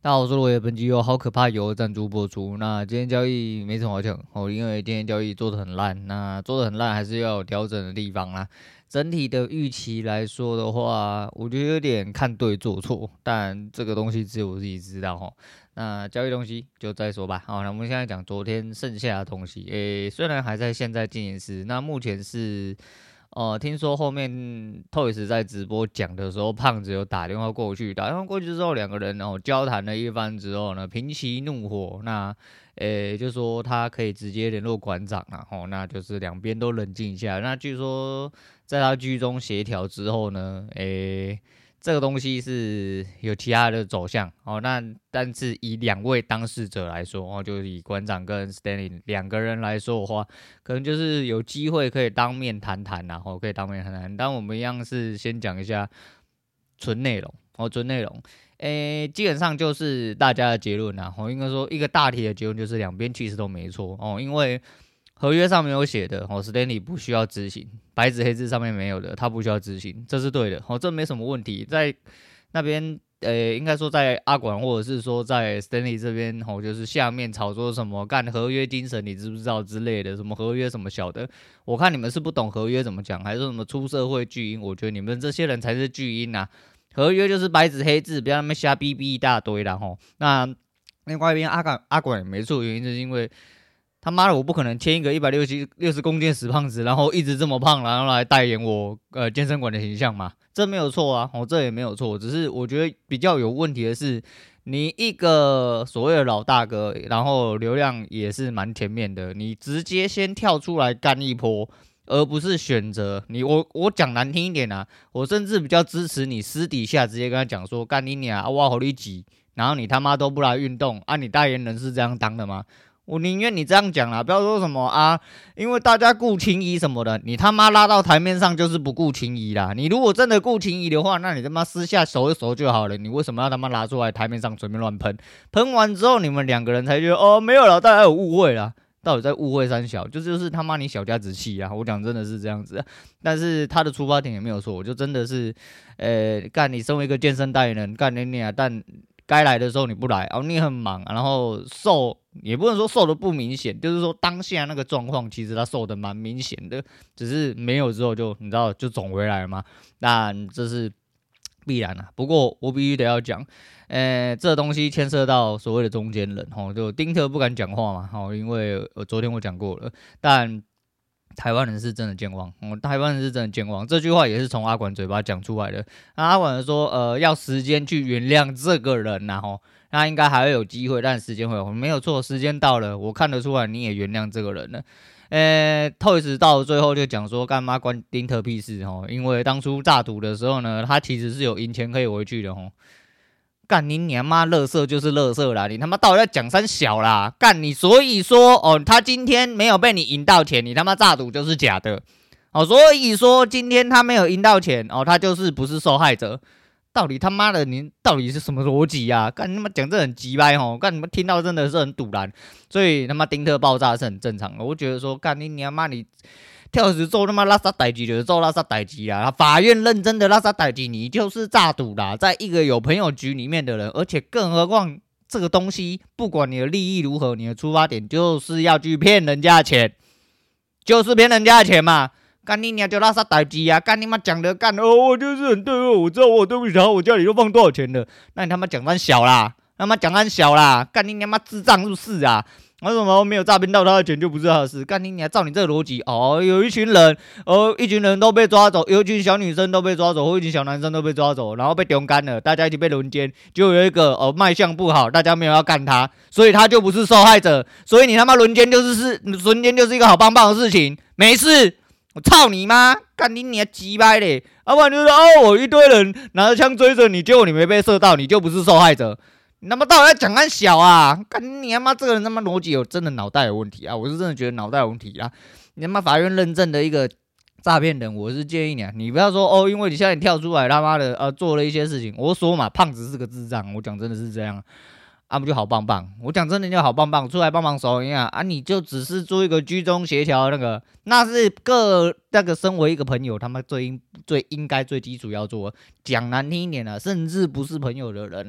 大家好，我是罗爷，本集由好可怕油赞助播出。那今天交易没什么好讲因为今天交易做的很烂，那做的很烂还是要有调整的地方啦。整体的预期来说的话，我觉得有点看对做错，但这个东西只有我自己知道那交易东西就再说吧。那我们现在讲昨天剩下的东西，虽然还在现在进行时，那目前是。听说后面 Toys 在直播讲的时候，胖子有打电话过去，打电话过去之后，两个人交谈了一番之后呢，平息怒火，那就说他可以直接联络馆长啦，那就是两边都冷静一下。那据说在他居中协调之后呢，这个东西是有其他的走向那但是以两位当事者来说就是以馆长跟 Stanley 两个人来说的话，可能就是有机会可以当面谈谈啦，可以当面谈谈。但我们一样是先讲一下纯内容纯内容，基本上就是大家的结论啦应该说一个大体的结论就是两边其实都没错因为合约上面有写的Stanley 不需要执行，白纸黑字上面没有的，他不需要执行，这是对的这没什么问题。在那边应该说在阿管或者是说在 Stanley 这边就是下面炒作什么干合约精神你知不知道之类的，什么合约什么小的，我看你们是不懂合约怎么讲，还是什么出社会巨婴，我觉得你们这些人才是巨婴啊。合约就是白纸黑字，不要那么瞎逼逼一大堆啦那另外一边阿管也没错，原因就是因为他妈的，我不可能签一个160公斤的死胖子，然后一直这么胖，然后来代言我健身馆的形象嘛？这没有错啊，这也没有错，只是我觉得比较有问题的是，你一个所谓的老大哥，然后流量也是蛮前面的，你直接先跳出来干一波，而不是选择你我讲难听一点啊，我甚至比较支持你私底下直接跟他讲说干你娘我好你挤，然后你他妈都不来运动你代言人是这样当的吗？我宁愿你这样讲啦，不要说什么因为大家顾情谊什么的，你他妈拉到台面上就是不顾情谊啦。你如果真的顾情谊的话，那你他妈私下熟一熟就好了。你为什么要他妈拿出来台面上随便乱喷？喷完之后，你们两个人才觉得没有了，大家有误会啦。到底在误会三小，就是他妈你小家子气啊！我讲真的是这样子但是他的出发点也没有错，我就真的是，干你身为一个健身代言人，干你但该来的时候你不来你很忙然后瘦也不能说瘦的不明显，就是说当下那个状况其实他瘦的蛮明显的，只是没有之后就你知道就肿回来了嘛，那这是必然啊。不过我必须得要讲，这东西牵涉到所谓的中间人就丁特不敢讲话嘛因为昨天我讲过了，但台湾人是真的健忘台湾人是真的健忘，这句话也是从阿管嘴巴讲出来的。阿管说要时间去原谅这个人那应该还会有机会，但时间会有没有错，时间到了，我看得出来你也原谅这个人了。Toys 到最后就讲说干嘛关丁特屁事因为当初炸赌的时候呢，他其实是有赢钱可以回去的干你娘妈，垃圾就是垃圾啦！你他妈到底在讲三小啦？干你，所以说他今天没有被你赢到钱，你他妈炸赌就是假的所以说今天他没有赢到钱他就是不是受害者。到底他妈的你到底是什么逻辑啊？干他妈讲这很鸡掰干你们听到真的是很堵然，所以他妈丁特爆炸是很正常的。我觉得说干你娘妈你。跳时做他妈拉萨代志就是做拉萨代志啦，法院认真的拉萨代志，你就是诈赌啦，在一个有朋友局里面的人，而且更何况这个东西，不管你的利益如何，你的出发点就是要去骗人家的钱，就是骗人家的钱嘛。干你娘就拉萨代志啊！干你妈讲的干我就是很对我知道我对不起他，我家里都放多少钱了？那你他妈讲单小啦，他妈讲单小啦！干你娘妈智障是不是啊？为什么没有诈骗到他的钱就不是他的事？干你娘！照你这个逻辑有一群人一群人都被抓走，有一群小女生都被抓走，或一群小男生都被抓走，然后被丢干了，大家一起被轮奸，就有一个卖相不好，大家没有要干他，所以他就不是受害者，所以你他妈轮奸就是一个好棒棒的事情，没事。我操你妈！干你娘鸡掰嘞！要不然就是我一堆人拿着枪追着你，结果你没被射到，你就不是受害者。你他妈到底在讲安小啊？干你他妈这个人他妈逻辑有真的脑袋有问题啊！我是真的觉得脑袋有问题啊！你他妈法院认证的一个诈骗人，我是建议你不要说因为你现在跳出来他妈的做了一些事情，我说嘛，胖子是个智障，我讲真的是这样。不就好棒棒？我讲真的就好棒棒，出来帮忙手一样你就只是做一个居中协调那是身为一个朋友，他们最应该最基础要做。讲难听一点甚至不是朋友的人，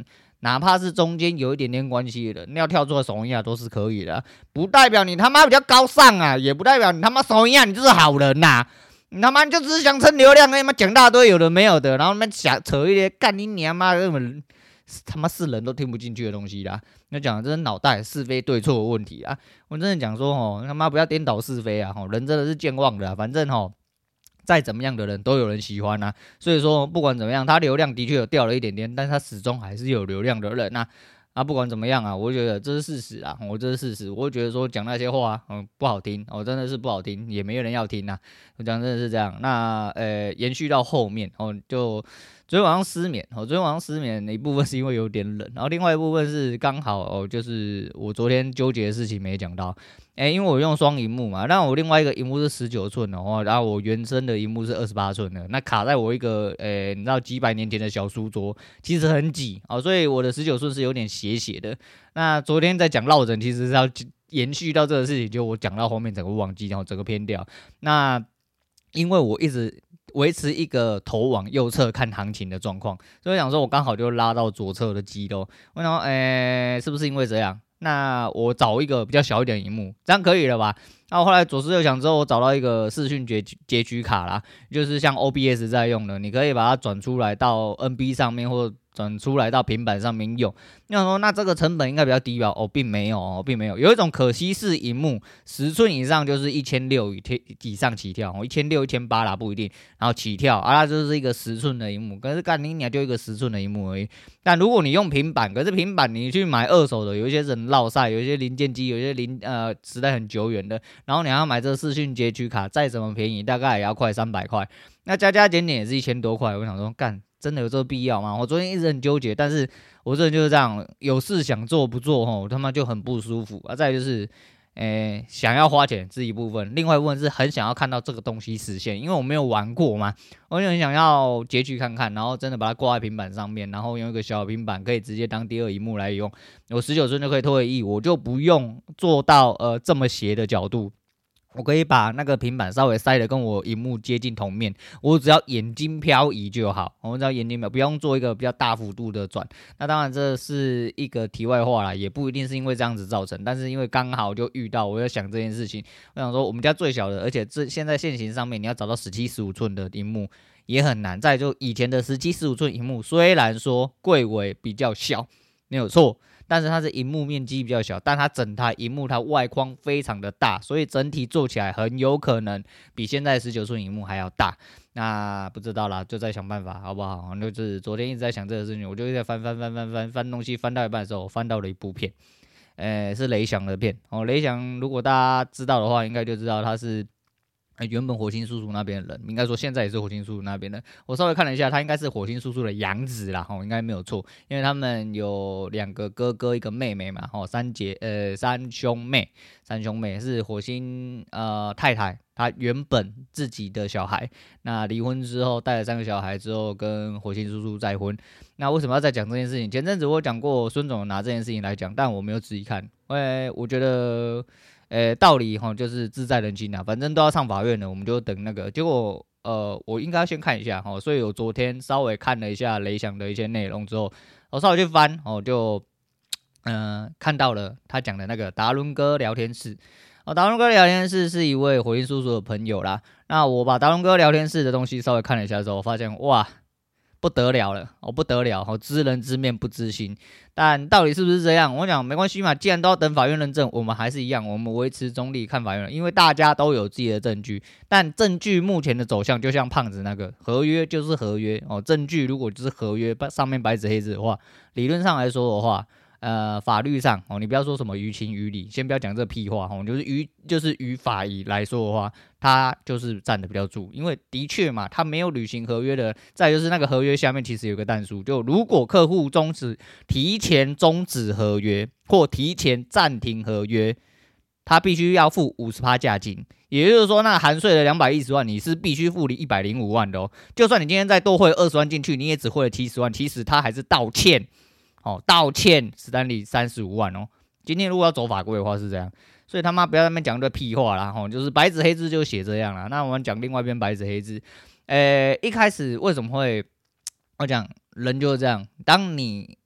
哪怕是中间有一点点关系的人，要跳出来怂一下都是可以的，不代表你他妈比较高尚啊，也不代表你他妈怂一下你就是好人呐。你他妈就只是想蹭流量，他妈讲大堆有的没有的，然后他妈想扯一些干你娘妈根本他妈是人都听不进去的东西啦。那讲的这是脑袋是非对错的问题啊。我真的讲说他妈不要颠倒是非啊，人真的是健忘的啊。反正再怎么样的人都有人喜欢啊，所以说不管怎么样，他流量的确有掉了一点点，但是他始终还是有流量的人啊。不管怎么样啊，我觉得这是事实啊，这是事实。我会觉得说讲那些话不好听，真的是不好听，也没有人要听啊。我讲真的是这样。那延续到后面就昨天晚上失眠，昨天晚上失眠的一部分是因为有点冷，然后另外一部分是刚好就是我昨天纠结的事情没讲到。因为我用双萤幕嘛，那我另外一个萤幕是19寸的然后我原生的萤幕是28寸的，那卡在我一个你知道几百年前的小书桌，其实很挤所以我的19寸是有点斜斜的。那昨天在讲落枕，其实是要延续到这个事情，就我讲到后面整个忘记，然后整个偏掉。那因为我一直维持一个头往右侧看行情的状况，所以想说我刚好就拉到左侧的肌肉，我想说是不是因为这样？那我找一个比较小一点的萤幕，这样可以了吧？那我后来左思右想之后，我找到一个视讯截取卡啦，就是像 OBS 在用的，你可以把它转出来到 NB 上面，或转出来到平板上面用。那说那这个成本应该比较低吧？并没有并没有。有一种可惜式萤幕，10寸以上就是1600以上起跳，1600、1800啦不一定，然后起跳它就是一个10寸的萤幕，可是干你娘就一个10寸的萤幕而已。但如果你用平板，可是平板你去买二手的，有一些人落赛，有一些零件机，有一些时代很久远的，然后你要买这个视讯截取卡，再怎么便宜，大概也要快300块，那加加减减也是1000多块。我想说，干真的有这个必要吗？我昨天一直很纠结，但是我这人就是这样，有事想做不做我他妈就很不舒服再来就是想要花钱是一部分，另外一部分是很想要看到这个东西实现，因为我没有玩过嘛，我就很想要截取看看，然后真的把它挂在平板上面，然后用一个小平板可以直接当第二萤幕来用，我19寸就可以退役，我就不用做到这么斜的角度。我可以把那个平板稍微塞得跟我萤幕接近同面，我只要眼睛漂移就好，我只要眼睛不用做一个比较大幅度的转。那当然这是一个题外话啦，也不一定是因为这样子造成，但是因为刚好就遇到，我要想这件事情，我想说我们家最小的，而且现在现行上面你要找到17、15寸的萤幕也很难。再就以前的17、15寸萤幕，虽然说柜尾比较小，没有错。但是它是萤幕面积比较小，但它整台萤幕它外框非常的大，所以整体做起来很有可能比现在19寸萤幕还要大。那不知道啦，就在想办法好不好？就是昨天一直在想这个事情，我就在翻东西，翻到一半的时候，我翻到了一部片，是雷翔的片雷翔如果大家知道的话，应该就知道他是。原本火星叔叔那边的人，应该说现在也是火星叔叔那边的。我稍微看了一下，他应该是火星叔叔的养子啦，应该没有错，因为他们有2个哥哥，一个妹妹嘛，三兄妹是火星太太，他原本自己的小孩，那离婚之后带了3个小孩之后，跟火星叔叔再婚。那为什么要再讲这件事情？前阵子我讲过，孙总拿这件事情来讲，但我没有仔细看，我觉得。道理就是志在人心啊，反正都要上法院了，我们就等那个结果。我应该先看一下所以我昨天稍微看了一下雷翔的一些内容之后，我稍微去翻就看到了他讲的那个达伦哥聊天室。达伦哥聊天室是一位火星叔叔的朋友啦。那我把达伦哥聊天室的东西稍微看了一下之后，发现哇。不得了了不得了知人知面不知心。但到底是不是这样？我讲没关系嘛，既然都要等法院认证，我们还是一样，我们维持中立看法院，因为大家都有自己的证据。但证据目前的走向，就像胖子那个合约就是合约证据如果就是合约上面白纸黑字的话，理论上来说的话。法律上你不要说什么于情于理，先不要讲这屁话就是于法理来说的话，他就是站得比较住，因为的确嘛，他没有履行合约的。再就是那个合约下面其实有个但书，就如果客户提前终止合约或提前暂停合约，他必须要付50%价金，也就是说，那含税的210万，你是必须付你105万的就算你今天再多汇20万进去，你也只汇了70万，其实他还是道歉。道歉史丹利35万今天如果要走法规的话是这样，所以他妈不要在那边讲这屁话啦就是白纸黑字就写这样啦。那我们讲另外一边白纸黑字，一开始为什么会我讲人就是这样，当你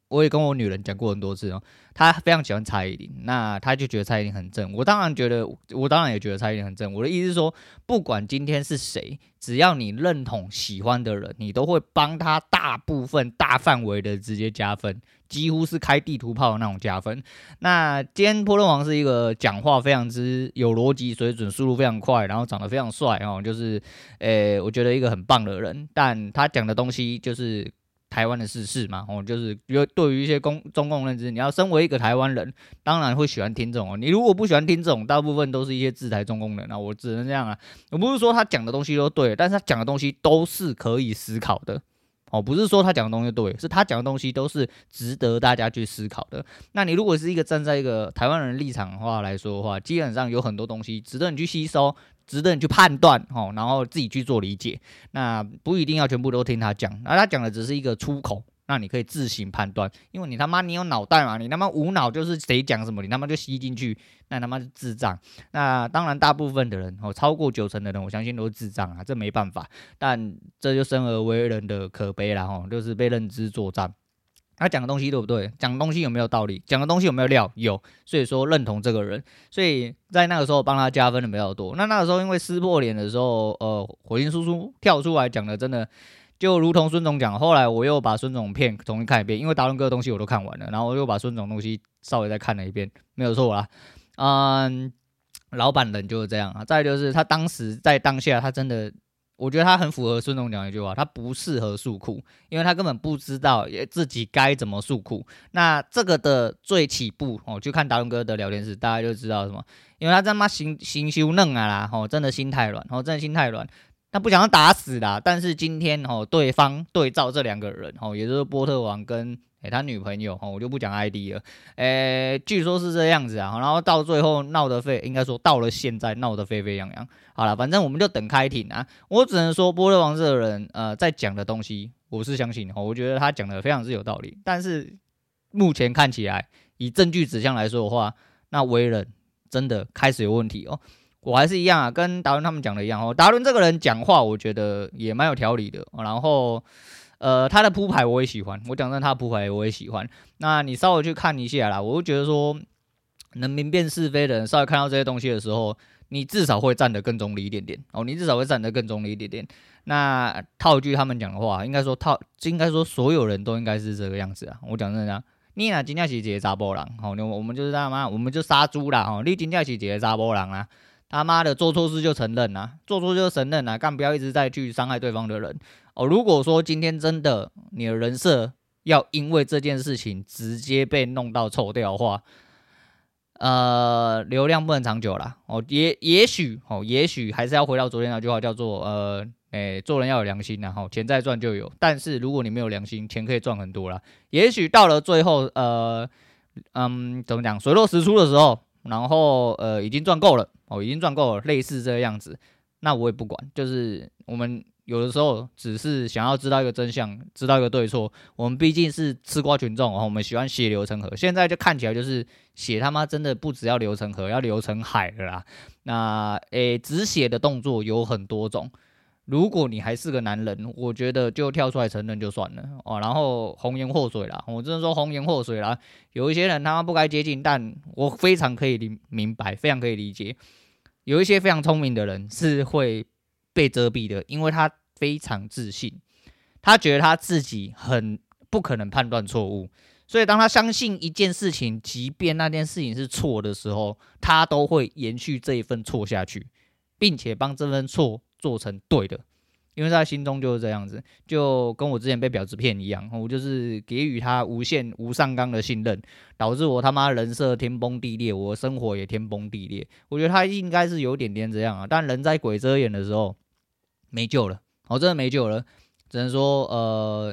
我也跟我女人讲过很多次哦，她非常喜欢蔡依林，那她就觉得蔡依林很正，我当然也觉得蔡依林很正。我的意思是说，不管今天是谁，只要你认同喜欢的人，你都会帮他大部分大范围的直接加分，几乎是开地图炮的那种加分。那今天波特王是一个讲话非常之有逻辑水准，速度非常快，然后长得非常帅哦，就是我觉得一个很棒的人，但他讲的东西就是台湾的时事嘛，就是对于一些中共认知，你要身为一个台湾人，当然会喜欢听这种。你如果不喜欢听这种，大部分都是一些自台中共人啊，我只能这样啊。我不是说他讲的东西都对，但是他讲的东西都是可以思考的。不是说他讲的东西对，是他讲的东西都是值得大家去思考的。那你如果是一个站在一个台湾人的立场的话来说的话，基本上有很多东西值得你去吸收，值得你去判断，然后自己去做理解。那不一定要全部都听他讲，那他讲的只是一个出口，那你可以自行判断。因为你他妈你有脑袋嘛，你他妈无脑就是谁讲什么你他妈就吸进去，那他妈是智障。那当然大部分的人超过90%的人，我相信都是智障啊，这没办法。但这就生而为人的可悲啦，就是被认知作战。他讲的东西对不对？讲的东西有没有道理？讲的东西有没有料？有，所以说认同这个人，所以在那个时候帮他加分的比较多。那个时候因为撕破脸的时候，火星叔叔跳出来讲的，真的就如同孙总讲。后来我又把孙总片重新看一遍，因为达伦哥的东西我都看完了，然后我又把孙总的东西稍微再看了一遍，没有错啦。老板人就是这样啊。再来就是他当时在当下，他真的。我觉得他很符合孙总讲的一句话，他不适合诉苦，因为他根本不知道自己该怎么诉苦。那这个的最起步去看达伦哥的聊天室，大家就知道什么，因为他他妈心修嫩啊啦，真的心太软，真的心太软，他不想要打死啦。但是今天对方对照这两个人也就是波特王跟他女朋友我就不讲 ID 了，据说是这样子啊，然后到最后闹得应该说到了现在闹得沸沸扬扬。好了，反正我们就等开庭啊。我只能说波特王这个人在讲的东西我是相信我觉得他讲的非常是有道理。但是目前看起来以证据指向来说的话，那为人真的开始有问题哦。我还是一样啊，跟达伦他们讲的一样达伦这个人讲话我觉得也蛮有条理的然后他的铺排我也喜欢，我讲真的他的铺排我也喜欢。那你稍微去看一下啦，我就觉得说能明辨是非的人稍微看到这些东西的时候，你至少会站得更中立一点点你至少会站得更中立一点点。那套一句他们讲的话，应该说所有人都应该是这个样子啊。我讲真的啊，你若真正是一个查甫人我们就是他妈我们就杀猪啦你真正是一个查甫人啦，他妈的做错事就承认啦，做错就承认啦，干不要一直在去伤害对方的人如果说今天真的你的人设要因为这件事情直接被弄到臭掉的话，流量不能长久啦也许还是要回到昨天那句话，叫做做人要有良心啦钱再赚就有。但是如果你没有良心，钱可以赚很多啦。也许到了最后怎么讲水落石出的时候，然后已经赚够了类似这个样子，那我也不管。就是我们有的时候只是想要知道一个真相，知道一个对错。我们毕竟是吃瓜群众我们喜欢血流成河。现在就看起来就是血他妈真的不只要流成河，要流成海了啦。那止血的动作有很多种，如果你还是个男人，我觉得就跳出来承认就算了然后红颜祸水啦，我真的说红颜祸水啦。有一些人他妈不该接近，但我非常可以明白，非常可以理解。有一些非常聪明的人是会被遮蔽的，因为他非常自信，他觉得他自己很不可能判断错误，所以当他相信一件事情，即便那件事情是错的时候，他都会延续这一份错下去，并且帮这份错做成对的。因为在他心中就是这样子，就跟我之前被婊子骗一样，我就是给予他无限无上纲的信任，导致我他妈人设天崩地裂，我的生活也天崩地裂。我觉得他应该是有点这样啊，但人在鬼遮眼的时候没救了真的没救了。只能说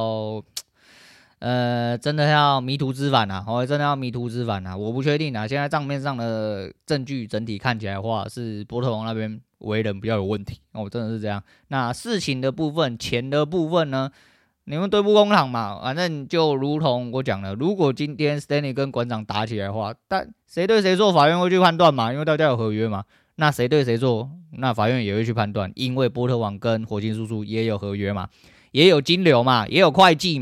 真的要迷途知返啊真的要迷途知返啊。我不确定啊，现在账面上的证据整体看起来的话，是波特王那边为人比较有问题真的是这样。那事情的部分，钱的部分呢，你们对簿公堂嘛，反正就如同我讲了，如果今天 Stanley 跟馆长打起来的话，但谁对谁错，法院会去判断嘛，因为大家有合约嘛。那谁对谁错，那法院也会去判断，因为波特王跟火星叔叔也有合约嘛，也有金流嘛，也有会计嘛。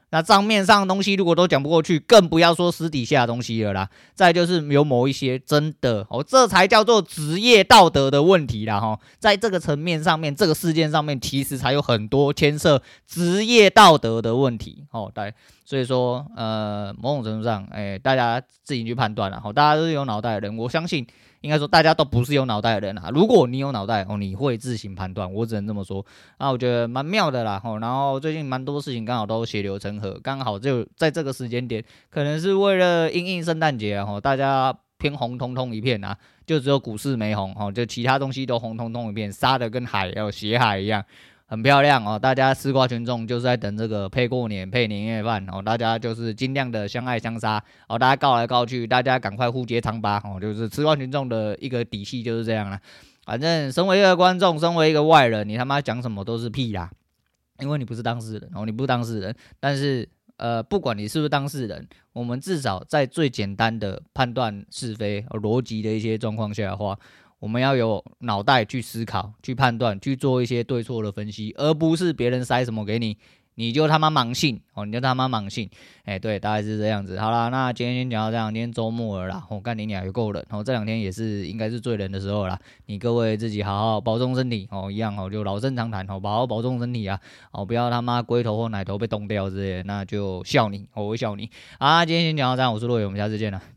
那账面上的东西如果都讲不过去，更不要说私底下的东西了啦。再就是有某一些真的这才叫做职业道德的问题啦在这个层面上面，这个事件上面其实才有很多牵涉职业道德的问题对，所以说某种程度上大家自己去判断啦大家都是有脑袋的人，我相信应该说大家都不是有脑袋的人如果你有脑袋你会自行判断，我只能这么说。那我觉得蛮妙的啦然后最近蛮多事情刚好都血流成河，刚好就在这个时间点，可能是为了因应圣诞节大家偏红彤彤一片就只有股市没红就其他东西都红彤彤一片，杀的跟海还有血海一样，很漂亮大家吃瓜群众就是在等这个配过年配年夜饭大家就是尽量的相爱相杀大家告来告去，大家赶快互揭疮疤就是吃瓜群众的一个底气就是这样啦。反正身为一个观众，身为一个外人，你他妈讲什么都是屁啦，因为你不是当事人你不是当事人。但是不管你是不是当事人，我们至少在最简单的判断是非逻辑的一些状况下的话，我们要有脑袋去思考、去判断、去做一些对错的分析，而不是别人塞什么给你，你就他妈盲信你就他妈盲信。对，大概是这样子。好啦，那今天先讲到这样，今天周末了啦，干你娘有够冷这两天也是应该是最冷的时候啦。你各位自己好好保重身体一样就老生常谈好好保重身体啊不要他妈龟头或奶头被冻掉之类的，那就笑你我会笑你。好啦，今天先讲到这样，我是洛伟，我们下次见啦。